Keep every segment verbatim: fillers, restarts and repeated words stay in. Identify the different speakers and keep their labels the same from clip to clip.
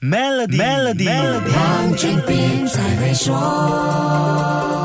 Speaker 1: Melody Melody，
Speaker 2: 黄俊斌才会说。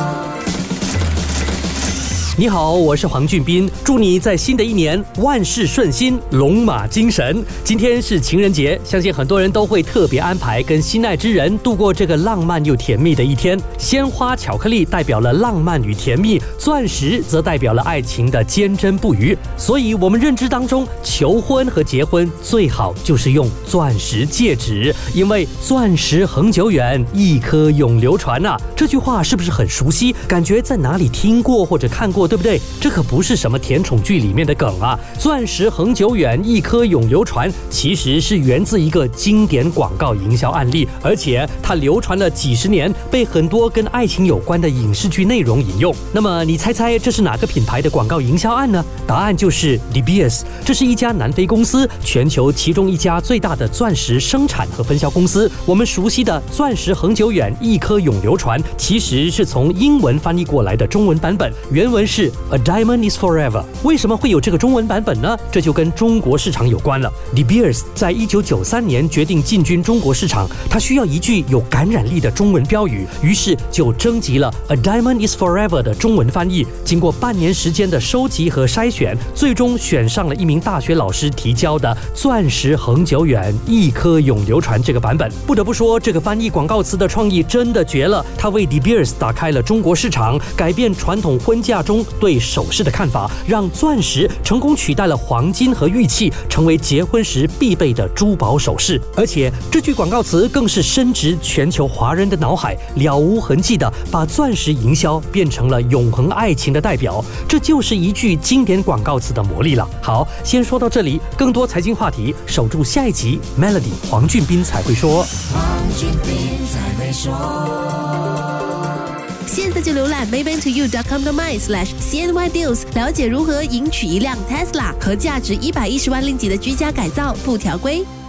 Speaker 3: 你好，我是黄俊斌，祝你在新的一年万事顺心，龙马精神。今天是情人节，相信很多人都会特别安排跟心爱之人度过这个浪漫又甜蜜的一天。鲜花、巧克力代表了浪漫与甜蜜，钻石则代表了爱情的坚贞不渝。所以，我们认知当中，求婚和结婚最好就是用钻石戒指，因为钻石恒久远，一颗永流传啊。这句话是不是很熟悉？感觉在哪里听过或者看过？对不对？这可不是什么甜宠剧里面的梗啊！钻石恒久远，一颗永流传，其实是源自一个经典广告营销案例，而且它流传了几十年，被很多跟爱情有关的影视剧内容引用。那么你猜猜这是哪个品牌的广告营销案呢？答案就是 De Beers， 这是一家南非公司，全球其中一家最大的钻石生产和分销公司。我们熟悉的钻石恒久远，一颗永流传，其实是从英文翻译过来的中文版本，原文是 A diamond is forever。 为什么会有这个中文版本呢？这就跟中国市场有关了。 De Beers 在一九九三年决定进军中国市场，他需要一句有感染力的中文标语，于是就征集了 A diamond is forever 的中文翻译。经过半年时间的收集和筛选，最终选上了一名大学老师提交的钻石恒久远，一颗永流传这个版本。不得不说，这个翻译广告词的创意真的绝了，他为 De Beers 打开了中国市场，改变传统婚嫁中对首饰的看法，让钻石成功取代了黄金和玉器，成为结婚时必备的珠宝首饰。而且这句广告词更是深植全球华人的脑海，了无痕迹的把钻石营销变成了永恒爱情的代表。这就是一句经典广告词的魔力了。好，先说到这里，更多财经话题，守住下一集 Melody 黄俊斌才会说。
Speaker 2: 黄俊斌才会说。
Speaker 4: 现在就浏览 maybank to you dot com dot my slash C N Y deals， 了解如何赢取一辆 Tesla 和价值一百一十万令吉的居家改造附条规。